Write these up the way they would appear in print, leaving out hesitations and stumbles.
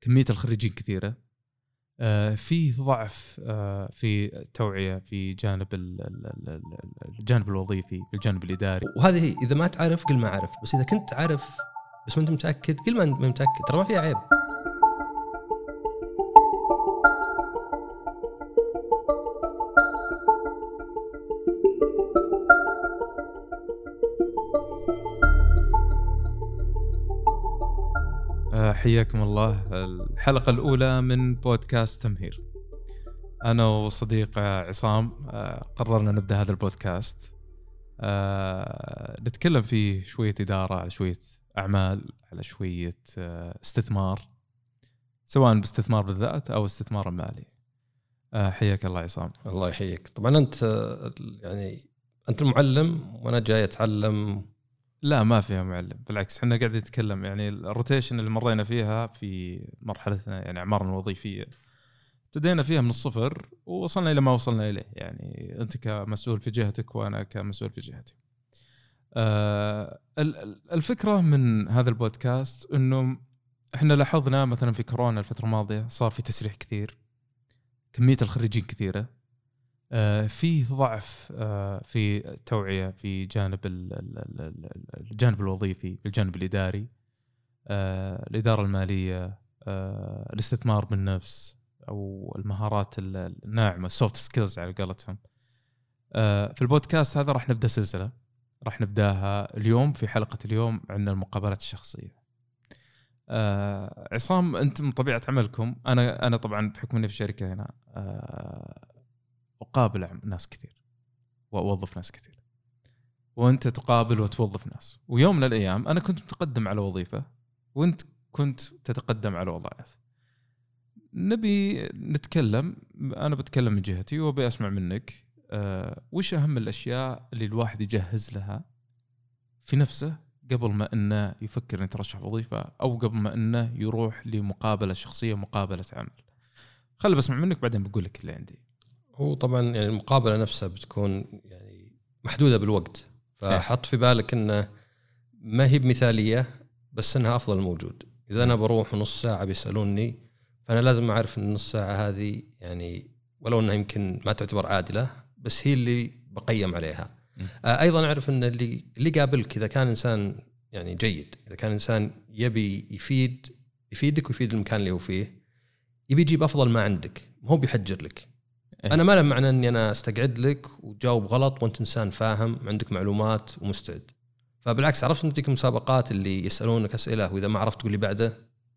كمية الخريجين كثيرة، في ضعف في التوعية في جانب الجانب الوظيفي، الجانب الإداري. وهذه إذا ما تعرف قل ما أعرف، بس إذا كنت عارف بس ما أنت متأكد قل ما متأكد، ترى ما فيها عيب. حياكم الله الحلقة الأولى من بودكاست تمهير. أنا وصديق عصام قررنا نبدأ هذا البودكاست، نتكلم فيه شوية إدارة، على شوية أعمال، على شوية استثمار، سواء باستثمار بالذات أو استثمار مالي. حياك الله عصام. الله يحييك. طبعا أنت يعني أنت المعلم وأنا جاي أتعلم. لا ما فيها معلم، بالعكس احنا قاعدين نتكلم يعني الروتيشن اللي مرينا فيها في مرحلتنا يعني أعمارنا الوظيفية، ابتدينا فيها من الصفر ووصلنا إلى ما وصلنا إليه. يعني أنت كمسؤول في جهتك وأنا كمسؤول في جهتي. الفكرة من هذا البودكاست إنه احنا لاحظنا مثلا في كورونا الفترة الماضية صار في تسريح كثير، كمية الخريجين كثيرة، في ضعف في التوعية في جانب الجانب الوظيفي، الجانب الإداري، الإدارة المالية، الاستثمار بالنفس أو المهارات الناعمة، السوفت سكيلز على قولتهم. في البودكاست هذا راح نبدأ سلسلة، راح نبداها اليوم. في حلقة اليوم عندنا المقابلات الشخصية. عصام، أنت من طبيعة عملكم، أنا طبعا بحكم إني في شركة هنا أقابل ناس كثير وأوظف ناس كثير، وأنت تقابل وتوظف ناس. ويوم من الأيام أنا كنت متقدم على وظيفة وأنت كنت تتقدم على وظائف. نبي نتكلم، أنا بتكلم من جهتي وبي أسمع منك وش أهم الأشياء اللي الواحد يجهز لها في نفسه قبل ما أنه يفكر أن يترشح وظيفة، أو قبل ما أنه يروح لمقابلة شخصية، مقابلة عمل. خلي بسمع منك بعدين بقول لك اللي عندي. هو طبعا يعني المقابلة نفسها بتكون يعني محدودة بالوقت، فحط في بالك إنه ما هي بمثالية، بس إنها أفضل الموجود. إذا أنا بروح نص ساعة بيسألوني، فأنا لازم أعرف إن النص ساعة هذه يعني ولو إنها يمكن ما تعتبر عادلة، بس هي اللي بقيم عليها. أيضا أعرف إن اللي قابلك إذا كان إنسان يعني جيد، إذا كان إنسان يبي يفيدك ويفيد المكان اللي هو فيه، يبي يجيب أفضل ما عندك، ما هو بيحجر لك. أنا ما له معنى أني أنا استقعد لك وتجاوب غلط وأنت إنسان فاهم عندك معلومات ومستعد. فبالعكس عرفت نتيك مسابقات اللي يسألونك أسئلة وإذا ما عرفت تقول لي بعده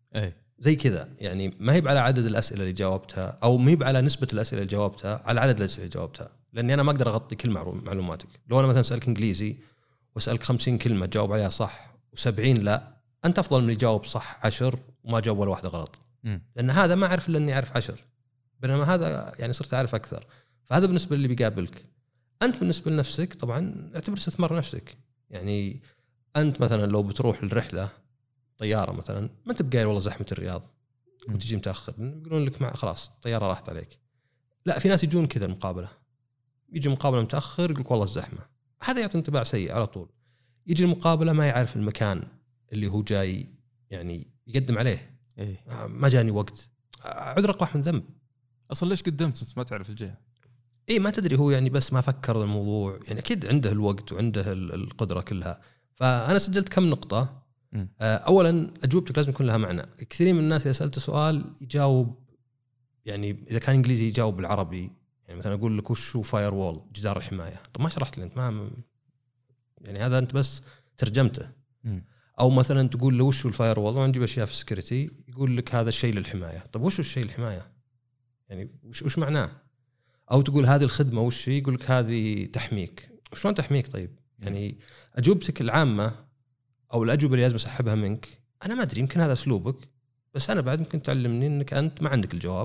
زي كذا. يعني ما هي على عدد الأسئلة اللي جاوبتها، أو ما هي على نسبة الأسئلة اللي جاوبتها، على عدد الأسئلة اللي جاوبتها. لأني أنا ما أقدر أغطي كل معلوماتك. لو أنا مثلا سألك إنجليزي وأسألك 50 كلمة جاوب عليها صح و70 لا، أنت أفضل من اللي جاوب صح 10 وما جاوب ولا واحدة غلط. لأن هذا ما أعرف إلا أني أعرف 10، بينما هذا يعني صرت أعرف أكثر. فهذا بالنسبة للي بيقابلك. أنت بالنسبة لنفسك طبعا اعتبر استثمار نفسك. يعني أنت مثلا لو بتروح الرحلة طيارة مثلا، ما أنت بقايل والله زحمة الرياض وتجي متأخر، يقولون لك خلاص الطيارة راحت عليك. لا، في ناس يجون كذا المقابلة، يجي مقابلة متأخر يقولك والله الزحمة، هذا يعطي انطباع سيء على طول. يجي المقابلة ما يعرف المكان اللي هو جاي يعني يقدم عليه. ما جاني وقت، عذر أقبح من ذنب. أصلا ليش قدمت ما تعرف الجهة؟ ما تدري، هو يعني بس ما فكر الموضوع. يعني أكيد عنده الوقت وعنده القدرة كلها. فأنا سجلت كم نقطة. أولا أجوبتك لازم يكون لها معنى. كثير من الناس إذا سألت سؤال يجاوب، يعني إذا كان إنجليزي يجاوب بالعربي. يعني مثلا أقول لك وش هو فاير وول، جدار الحماية. طب ما شرحت لي أنت، ما يعني هذا أنت بس ترجمته. أو مثلا تقول له وش هو الفاير وول، ونجيب أشياء في السكيورتي يقول لك هذا الشيء للحماية. طب وش هو الشيء للحماية؟ يعني وش معناه؟ أو تقول هذه الخدمة وش هي، يقول لك هذه تحميك. وشلون تحميك؟ طيب يعني أجوبتك العامة أو الأجوبة اللي لازم أسحبها منك، أنا ما أدري، يمكن هذا أسلوبك، بس أنا بعد ممكن تعلمني أنك أنت ما عندك الجواب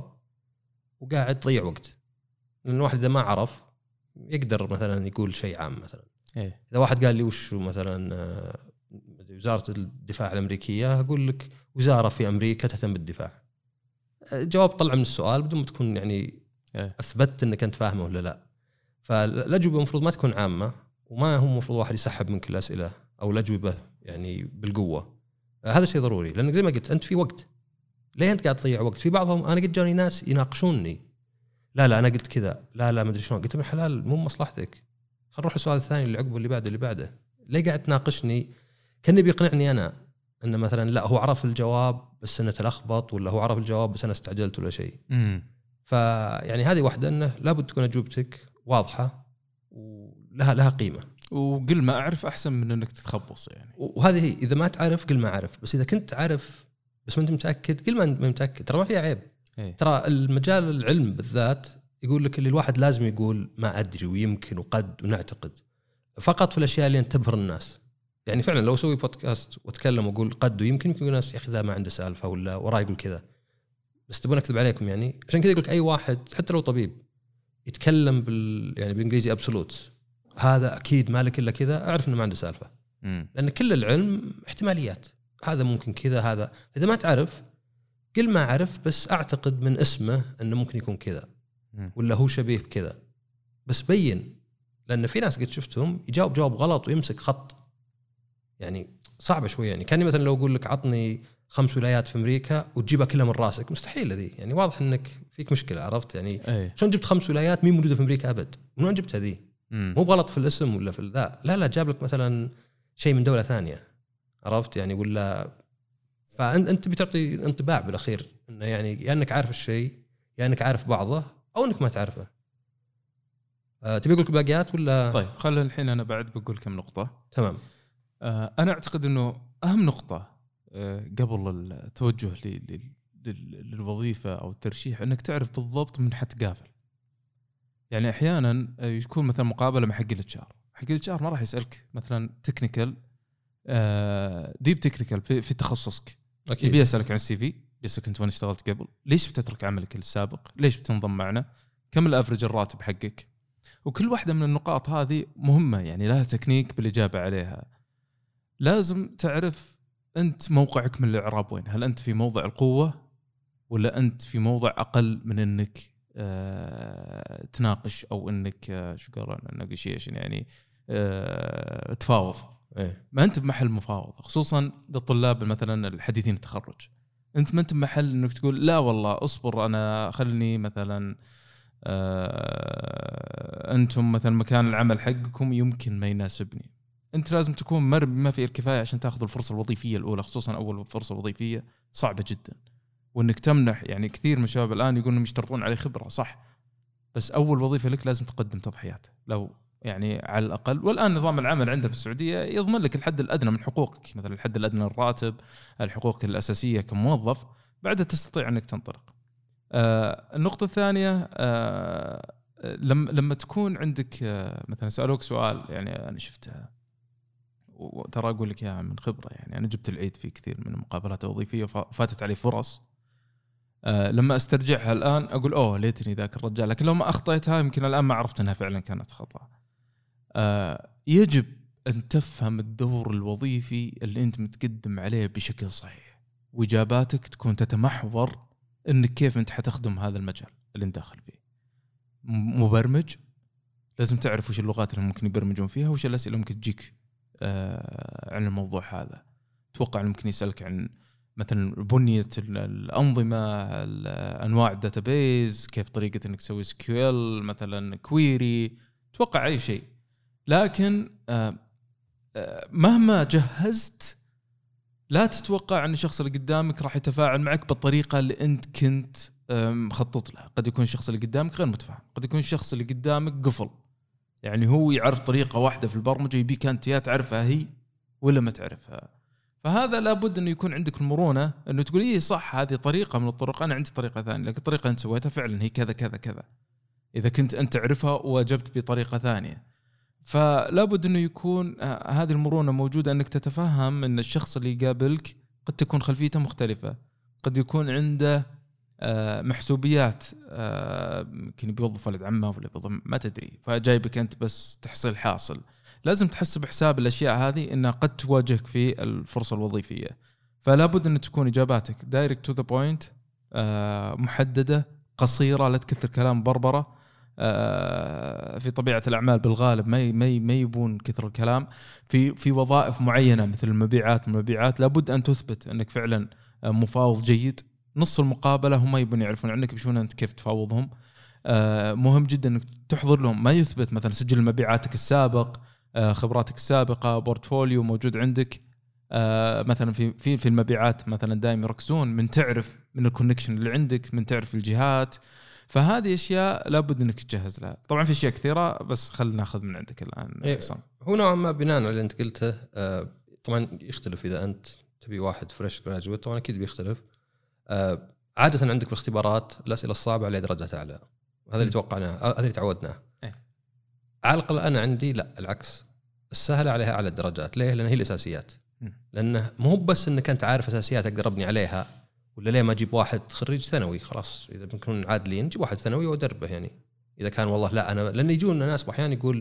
وقاعد تضيع وقت. لأن الواحد إذا ما عرف يقدر مثلا يقول شيء عام. مثلا إذا واحد قال لي وش مثلا وزارة الدفاع الأمريكية، أقول لك وزارة في أمريكا تهتم بالدفاع. جواب طلع من السؤال بدون ما تكون يعني أثبت أنك أنت فاهمه ولا لا. فالأجوبة المفروض ما تكون عامة، وما هو المفروض واحد يسحب منك الأسئلة أو الأجوبة يعني بالقوة. هذا شيء ضروري، لأنك زي ما قلت أنت في وقت. ليه انت قاعد تضيع وقت؟ في بعضهم انا قد جاني ناس يناقشوني، لا انا قلت كذا، لا ما ادري شلون. قلت من حلال مو مصلحتك، خل نروح للسؤال الثاني اللي عقبه اللي بعده. ليه قاعد تناقشني؟ كان بيقنعني انا ان مثلا لا هو عرف الجواب بس انه تلخبط، ولا هو عرف الجواب بس انا استعجلت ولا شيء. فيعني هذه واحده، انه لابد تكون اجوبتك واضحه ولها قيمه. وقل ما اعرف احسن من انك تتخبص يعني. وهذه اذا ما تعرف قل ما اعرف، بس اذا كنت عارف بس ما انت متاكد قل ما انت متاكد، ترى ما فيها عيب. ترى المجال العلم بالذات يقول لك اللي الواحد لازم يقول ما ادري ويمكن وقد ونعتقد، فقط في الاشياء اللي تبهر الناس. يعني فعلا لو اسوي بودكاست واتكلم واقول قد ويمكن الناس يا اخي ذا ما عنده سالفه ولا وراه يقول كذا، بس تبون اكذب عليكم يعني. عشان كذا يقول لك اي واحد حتى لو طبيب يتكلم يعني بالانجليزي ابسولوت، هذا اكيد مالك الا كذا، اعرف انه ما عنده سالفه. لان كل العلم احتماليات، هذا ممكن كذا، هذا اذا ما تعرف قل ما اعرف، بس اعتقد من اسمه انه ممكن يكون كذا ولا هو شبيه بكذا، بس بين. لان في ناس قد شفتهم يجاوب جواب غلط ويمسك خط، يعني صعبه شويه. يعني كاني مثلا لو اقول لك عطني 5 ولايات في امريكا وتجيبها كلها من راسك، مستحيل هذه. يعني واضح انك فيك مشكله، عرفت يعني. شلون جبت 5 ولايات مين موجوده في امريكا ابد؟ من وين جبت هذه؟ مو غلط في الاسم ولا في الذا، لا جاب لك مثلا شيء من دوله ثانيه، عرفت يعني. ولا فانت بتعطي انطباع بالاخير انه يعني يا انك عارف الشيء يا انك عارف بعضه او انك ما تعرفه. تبي اقول لك باقيات ولا؟ طيب خلينا الحين انا بعد بقول كم نقطه. تمام. انا اعتقد انه اهم نقطه قبل التوجه للوظيفه او الترشيح انك تعرف بالضبط من حتقابل. يعني احيانا يكون مثلا مقابله مع حق الاتش ار ما راح يسالك مثلا تكنيكال ديب تكنيكال في تخصصك. اكيد بيسالك عن السي في، بيسالك انت وين اشتغلت قبل، ليش بتترك عملك السابق، ليش بتنضم معنا، كم الافرج الراتب حقك. وكل واحدة من النقاط هذه مهمة، يعني لها تكنيك بالإجابة عليها. لازم تعرف أنت موقعك من الإعراب وين، هل أنت في موضع القوة ولا أنت في موضع أقل من أنك تناقش أو أنك شو قالوا نيغوشيشن يعني تفاوض. ما أنت بمحل مفاوض، خصوصا للطلاب مثلا الحديثين التخرج. أنت ما أنت بمحل أنك تقول لا والله أصبر أنا خلني مثلا أنتم مثلا مكان العمل حقكم يمكن ما يناسبني. أنت لازم تكون مر بما فيه الكفاية عشان تأخذ الفرصة الوظيفية الأولى، خصوصا أول فرصة وظيفية صعبة جدا. وإنك تمنح يعني كثير من الشباب الآن يقولون يشترطون عليه خبرة، صح، بس أول وظيفة لك لازم تقدم تضحيات لو يعني على الأقل. والآن نظام العمل عندنا في السعودية يضمن لك الحد الأدنى من حقوقك، مثلا الحد الأدنى للراتب، الحقوق الأساسية كموظف، بعدها تستطيع أنك تنطلق. النقطة الثانية لما تكون عندك مثلا سألوك سؤال، يعني أنا شفتها وترى أقول لك يا من خبرة، يعني أنا جبت العيد في كثير من المقابلات الوظيفية وفاتت علي فرص. لما استرجعها الآن أقول أوه ليتني ذاك الرجال، لكن لو ما أخطيتها يمكن الآن ما عرفت أنها فعلا كانت خطأ. يجب أن تفهم الدور الوظيفي اللي أنت متقدم عليه بشكل صحيح، وإجاباتك تكون تتمحور إنك كيف أنت حتخدم هذا المجال اللي أنت داخل فيه. مبرمج لازم تعرف وش اللغات اللي ممكن يبرمجون فيها، وش الأسئلة اللي ممكن تجيك عن الموضوع هذا. توقع ممكن يسألك عن مثلا بنية الأنظمة، أنواع الداتابيز، كيف طريقة إنك تسوي SQL مثلا كويري، توقع أي شيء. لكن مهما جهزت لا تتوقع أن الشخص اللي قدامك راح يتفاعل معك بالطريقة اللي أنت كنت مخطط لها. قد يكون الشخص اللي قدامك غير متفاهم، قد يكون الشخص اللي قدامك قفل، يعني هو يعرف طريقة واحدة في البرمجة يبيك أنت يا تعرفها هي ولا ما تعرفها. فهذا لابد أنه يكون عندك المرونة أنه تقول إيه صح هذه طريقة من الطرق، أنا عندي طريقة ثانية، لكن الطريقة أنت سويتها فعلا هي كذا كذا كذا، إذا كنت أنت تعرفها وأجبت بطريقة ثانية. فلابد أنه يكون هذه المرونة موجودة، أنك تتفهم أن الشخص اللي يقابلك قد تكون خلفيته مختلفة، قد يكون عنده محسوبيات، يمكن بيوظف ولد عمه ولا بيوظف ما تدري، فجايبك أنت بس تحصيل حاصل. لازم تحسب حساب الأشياء هذه أنها قد تواجهك في الفرصة الوظيفية. فلابد أن تكون إجاباتك direct to the point، محددة قصيرة، لا تكثر كلام بربرة. في طبيعة الأعمال بالغالب ما يبون كثر الكلام. في وظائف معينة مثل المبيعات لابد أن تثبت أنك فعلا مفاوض جيد، نص المقابله هم يبون يعرفون عنك، بيشوفون انت كيف تفاوضهم. مهم جدا انك تحضر لهم ما يثبت مثلا سجل مبيعاتك السابق، خبراتك السابقه، بورتفوليو موجود عندك. مثلا في المبيعات مثلا دائما يركزون من تعرف من الكونكشن اللي عندك، من تعرف الجهات. فهذه اشياء لابد انك تجهز لها. طبعا في اشياء كثيره بس خلينا ناخذ من عندك الان. هو نوعا ما بناء على اللي انت قلته. طبعا يختلف اذا انت تبي واحد فريش جراجويت، طبعا اكيد بيختلف. عاده عندك في الاختبارات الاسئله الصعبه على درجات اعلى، هذا اللي توقعناه، هذا اللي تعودناه. على الاقل انا عندي لا العكس، السهله عليها اعلى الدرجات. ليه؟ لان هي الاساسيات. لانه مو بس انك انت عارف اساسيات اقدر ابني عليها، ولا ليه ما اجيب واحد خريج ثانوي خلاص اذا بنكون عادلين، جيب واحد ثانوي وادربه. يعني اذا كان والله لا انا، لان يجون ناس احيانا يقول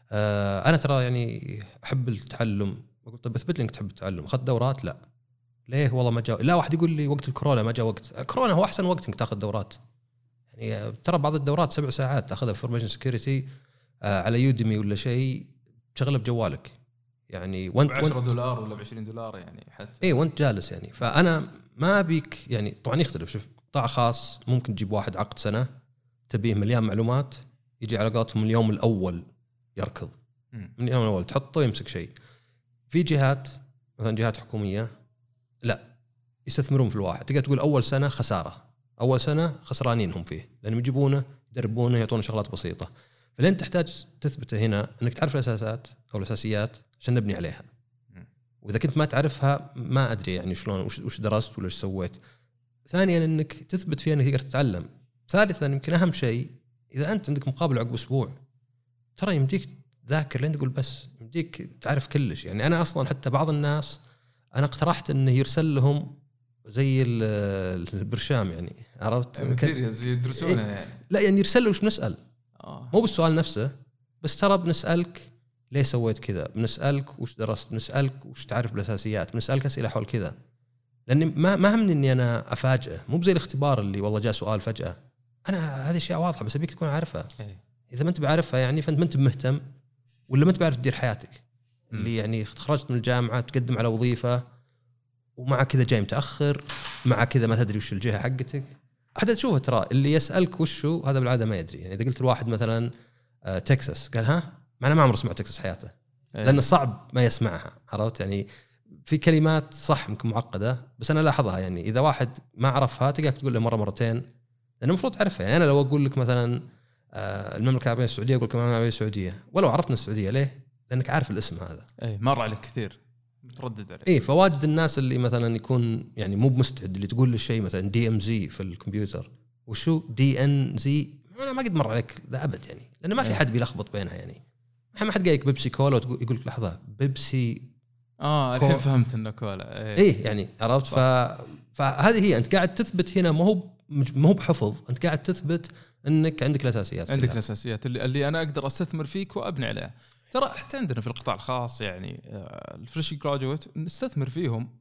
انا ترى يعني احب التعلم. اقول طيب اثبت لي انك تحب التعلم، اخذت دورات؟ لا. ليه؟ والله ما جاء. لا، واحد يقول لي وقت الكورونا ما جاء وقت. كورونا هو احسن وقت انك تاخذ دورات. يعني ترى بعض الدورات 7 ساعات تاخذها في انفورميشن سكيورتي على يوديمي ولا شيء، تشغله بجوالك يعني وانت $10 ولا $20 يعني حتى. اي وانت جالس يعني. فانا ما بيك يعني. طبعا يختلف. شوف قطاع خاص ممكن تجيب واحد عقد سنه تبيه مليان معلومات، يجي على قولتهم اليوم الاول يركض. من اليوم الاول تحطه يمسك شيء. في جهات مثلا جهات حكوميه لا يستثمرون في الواحد. تقدر تقول اول سنه خساره، اول سنه خسرانين هم فيه، لانهم يجيبونه يدربونه يعطونه شغلات بسيطه. فلين تحتاج تثبته هنا انك تعرف الاساسات او الاساسيات عشان نبني عليها. واذا كنت ما تعرفها ما ادري يعني شلون وش درست ولا ايش سويت. ثانيا انك تثبت فيها انك تقدر تتعلم. ثالثا يمكن اهم شيء، اذا انت عندك مقابله عقب اسبوع ترى يمديك تذاكر لين تقول بس، يمديك تعرف كلش. يعني انا اصلا حتى بعض الناس انا اقترحت انه يرسل لهم زي البرشام، يعني عرفت زي يدرسونه يعني. لا يعني يرسل له وش بنسال، مو بالسؤال نفسه بس ترى بنسالك ليه سويت كذا، بنسالك وش درست، بنسالك وش تعرف بالاساسيات، بنسالك اسئله حول كذا. لاني ما همني اني انا افاجئه، مو بزي الاختبار اللي والله جاء سؤال فجاه. انا هذه اشياء واضحه بس ابيك تكون عارفها. اذا ما انت بعرفها يعني فانت ما انت مهتم، ولا ما انت بعرف تدير حياتك. اللي يعني تخرجت من الجامعه تقدم على وظيفه ومع كذا جاي متاخر، مع كذا ما تدري وش الجهه حقتك. حتى تشوفه ترى اللي يسالك وشو هذا بالعاده ما يدري. يعني اذا قلت لواحد مثلا تكساس قال ها، معنا ما عمره سمع تكساس حياته، لأنه صعب ما يسمعها. عرفت يعني في كلمات صح ممكن معقدة بس أنا لاحظها. يعني إذا واحد ما عرفها تقدر تقول له مرة مرتين، لأنه المفروض تعرفها. يعني أنا لو أقول لك مثلا المملكة العربية السعودية أقول لك المملكة العربية السعودية، ولو عرفنا السعودية ليه؟ لأنك عارف الاسم هذا. مر عليك كثير متردد عليه. فواجد الناس اللي مثلا يكون يعني مو بمستعد، اللي تقول له شيء مثلا DMZ في الكمبيوتر وشو DNZ، أنا ما قد مر عليك لا أبد يعني، لأنه ما في حد بيلخبط بينها. يعني ما حد قايلك بيبسي كولا ويقول لك لحظة بيبسي الحين فهمت انه كولا. يعني عرفت. فهذه هي انت قاعد تثبت هنا، ما هو بحفظ، انت قاعد تثبت انك عندك الاساسيات. عندك الاساسيات اللي انا اقدر استثمر فيك وابني عليها. ترى حتى عندنا في القطاع الخاص يعني الفريش جراجويت نستثمر فيهم.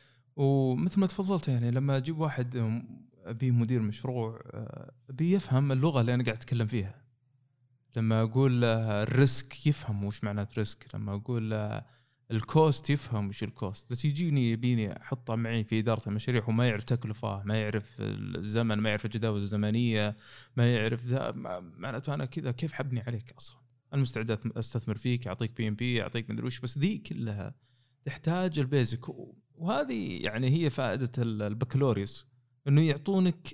ومثل ما تفضلت يعني لما اجيب واحد ابي مدير مشروع بيفهم اللغه اللي انا قاعد اتكلم فيها. لما اقول الريسك يفهم وش معنى ريسك، لما اقول الكوست يفهم وش الكوست. بس يبيني احطه معي في اداره المشاريع وما يعرف تكلفه، ما يعرف الزمن، ما يعرف الجداول الزمنيه، ما يعرف ذا. معناته انا كذا كيف حبني عليك اصلا؟ انا مستعد استثمر فيك، اعطيك PMP، اعطيك مدري وش، بس ذي كلها تحتاج البيزك. وهذه يعني هي فائده البكالوريوس، انه يعطونك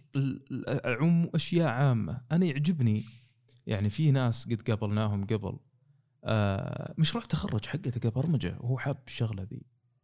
اشياء عامه. انا يعجبني يعني في ناس قد قابلناهم قبل مشروع تخرج حقته كبرمجة وهو حاب الشغلة ذي،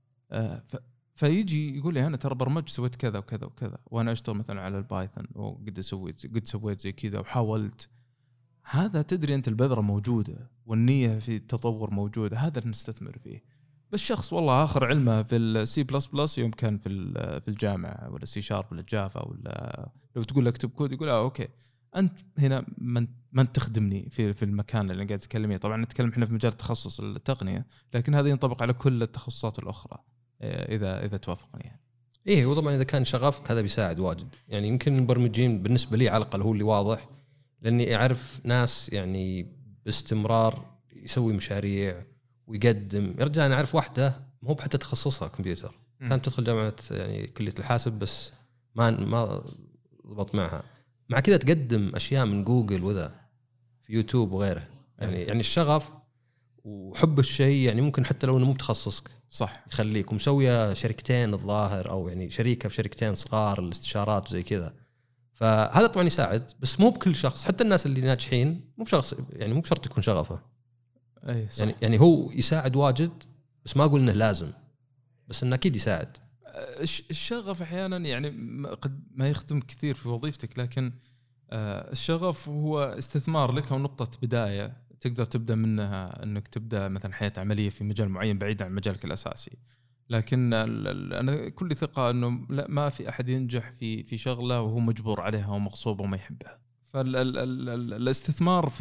فيجي يقول لي أنا ترى برمج سويت كذا وكذا وكذا، وأنا أشتغل مثلا على البايثون وقد سويت زي كذا وحاولت. هذا تدري أنت البذرة موجودة والنية في التطور موجودة، هذا اللي نستثمر فيه. بس شخص والله آخر علمه في السي بلس بلس يوم كان في الجامعة، ولا سي شارب ولا جافا، ولا لو تقول لك اكتب كود يقول اوكي انت هنا من تخدمني في المكان اللي قاعد اتكلم. طبعا نتكلم احنا في مجال تخصص التقنيه، لكن هذا ينطبق على كل التخصصات الاخرى اذا توافقني يعني. وطبعا اذا كان شغفك هذا بيساعد واجد. يعني يمكن المبرمجين بالنسبه لي على الاقل هو اللي واضح، لاني اعرف ناس يعني باستمرار يسوي مشاريع ويقدم. يرجع انا اعرف واحده مو بحتى تخصصها كمبيوتر، كانت تدخل جامعه يعني كليه الحاسب بس ما ضبط معها. مع كذا تقدم اشياء من جوجل وذا في يوتيوب وغيره. يعني الشغف وحب الشيء يعني ممكن حتى لو انه مو بتخصصك صح يخليك. ومسويه شركتين الظاهر او يعني شريكه في شركتين صغار الاستشارات وزي كذا. فهذا طبعا يساعد بس مو بكل شخص. حتى الناس اللي ناجحين مو بشخص يعني مو بشرط يكون شغفه. اي صح. يعني هو يساعد واجد بس ما اقول انه لازم بس انه اكيد يساعد. الشغف احيانا يعني قد ما يخدم كثير في وظيفتك لكن الشغف هو استثمار لك او نقطة بداية تقدر تبدأ منها انك تبدأ مثلا حياة عملية في مجال معين بعيد عن مجالك الاساسي. لكن انا كل ثقة انه لا ما في احد ينجح في شغلة وهو مجبور عليها ومغصوب وما يحبها. فالاستثمار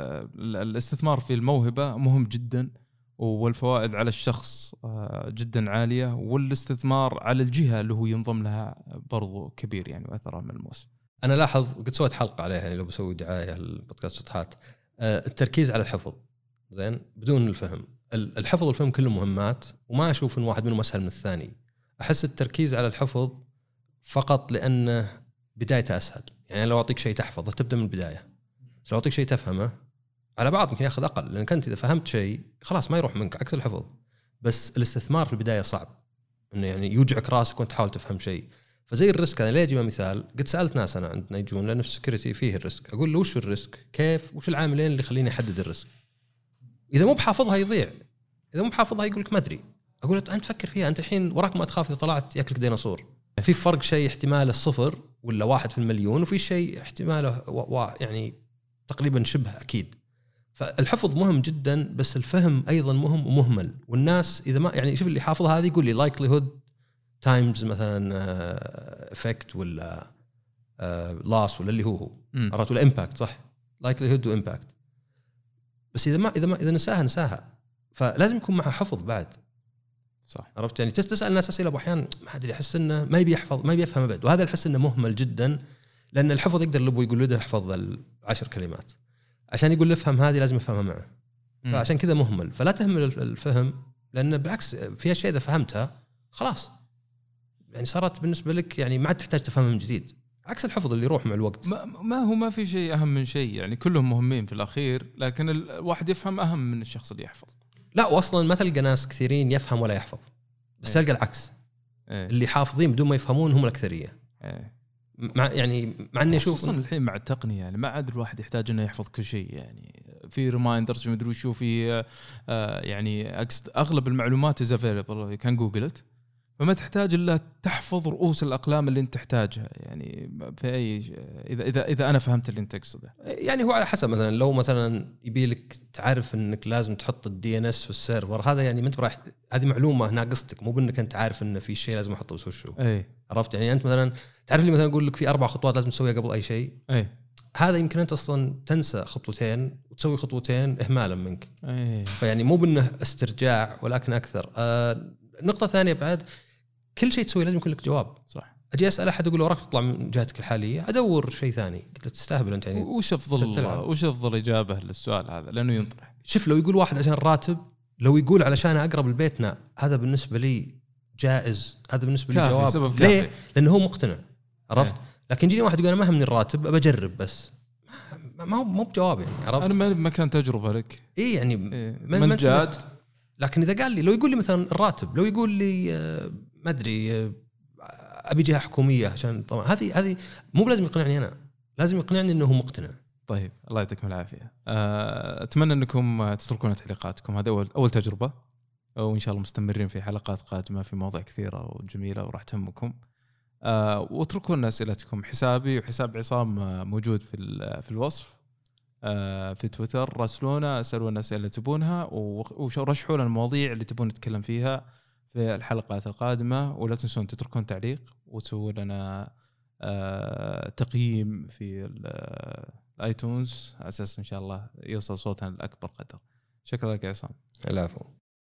في الموهبة مهم جدا والفوائد على الشخص جدا عالية والاستثمار على الجهة اللي هو ينضم لها برضو كبير يعني وأثره ملموس. أنا لاحظ قد سويت حلقة عليها يعني لو بسوي دعاية البودكاست شطحات التركيز على الحفظ زين بدون الفهم. الحفظ والفهم كلهم مهمات وما أشوف إن واحد منهم أسهل من الثاني. أحس التركيز على الحفظ فقط لأنه بدايته أسهل. يعني لو أعطيك شيء تحفظه تبدأ من البداية. لو أعطيك شيء تفهمه على بعض ممكن ياخذ اقل لانك انت اذا فهمت شيء خلاص ما يروح منك عكس الحفظ. بس الاستثمار في البدايه صعب انه يعني يوجعك راسك وانت تحاول تفهم شيء. فزي الريسك انا ليه اجيب مثال قد سالت ناس انا عندنا يجون لانه في السكيورتي فيه الريسك اقول له وش الريسك كيف وش العاملين اللي يخليني احدد الريسك. اذا مو بحافظها يضيع اذا مو بحافظها يقول لك ما ادري. اقول له انت فكر فيها انت الحين وراك ما تخاف اذا طلعت ياكلك ديناصور. في فرق شيء احتماله 0 ولا 1 في المليون وفي شيء احتماله يعني تقريبا شبه اكيد. فالحفظ مهم جدا بس الفهم ايضا مهم ومهمل. والناس اذا ما يعني شوف اللي حافظها هذه يقول لي likelihood times مثلا effect ولا loss ولا اللي هو عرفت ولا impact صح likelihood و impact. بس اذا نساها فلازم يكون معها حفظ بعد صح. عرفت يعني تسال الناس اسئله ابو احيان ما ادري احس انه ما يبي يحفظ ما يبي يفهم ابد. وهذا الحس انه مهمل جدا لان الحفظ يقدر اللي يقول له احفظ 10 كلمات عشان يقول افهم هذه لازم يفهمها معه. فعشان كذا مهمل. فلا تهمل الفهم لأن بالعكس في أشياء إذا فهمتها خلاص يعني صارت بالنسبة لك يعني ما عاد تحتاج تفهمها من جديد عكس الحفظ اللي يروح مع الوقت. ما في شيء أهم من شيء يعني كلهم مهمين في الأخير لكن الواحد يفهم أهم من الشخص اللي يحفظ. لا وأصلا ما تلقى ناس كثيرين يفهم ولا يحفظ بس تلقى العكس اللي حافظين بدون ما يفهمون هم الأكثرية. مع اني اشوف خصوصا الحين مع التقنيه يعني ما عاد الواحد يحتاج انه يحفظ كل شيء يعني في ريمايندرز ما ادري وشو في يعني اغلب المعلومات از افيلبل كان جوجلت فما تحتاج الا تحفظ رؤوس الاقلام اللي انت تحتاجها يعني في اي اذا انا فهمت اللي انت تقصده. يعني هو على حسب مثلا لو مثلا يبي لك تعرف انك لازم تحط الدي ان اس في السيرفر هذا يعني ما انت راح هذه معلومه ناقصتك مو بانك انت عارف ان في شيء لازم احطه بس وشو عرفت يعني انت مثلا تعرف لي مثلا اقول لك في 4 خطوات لازم تسويها قبل اي شيء هذا يمكن انت اصلا تنسى خطوتين وتسوي خطوتين اهمالا منك فيعني مو بانه استرجاع ولكن اكثر. نقطه ثانيه بعد كل شيء تسوي لازم يكون لك جواب صح. اجي اسال احد اقول له وراك تطلع من جهتك الحاليه ادور شيء ثاني قلت تستهبل انت يعني وش افضل اجابه للسؤال هذا لانه ينطرح. شوف لو يقول واحد عشان الراتب لو يقول علشان اقرب لبيتنا هذا بالنسبه لي جائز هذا بالنسبه لي جواب ليه لانه هو مقتنع عرفت. لكن يجيني واحد يقول انا ما همني الراتب بجرب بس مو بجواب يعني عرفت. انا ما كان تجربه لك يعني من جاد. لكن اذا قال لي لو يقول لي مثلا الراتب لو يقول لي ما ادري ابي جهه حكوميه عشان طبعا هذه مو لازم يقنعني انا لازم يقنعني انه هو مقتنع. طيب الله يعطيكم العافيه. اتمنى انكم تتركون تعليقاتكم هذا اول تجربه وان شاء الله مستمرين في حلقات قادمه في مواضيع كثيره وجميله وراح تهمكم. واتركوا لنا اسئلتكم. حسابي وحساب عصام موجود في الوصف في تويتر. راسلونا اسالونا اسئله تبونها ورشحوا لنا المواضيع اللي تبون نتكلم فيها في الحلقات القادمه. ولا تنسون تتركون تعليق وتسووا لنا تقييم في الايتونز على اساس ان شاء الله يوصل صوتنا لاكبر قدر. شكرا لك يا عصام. العفو.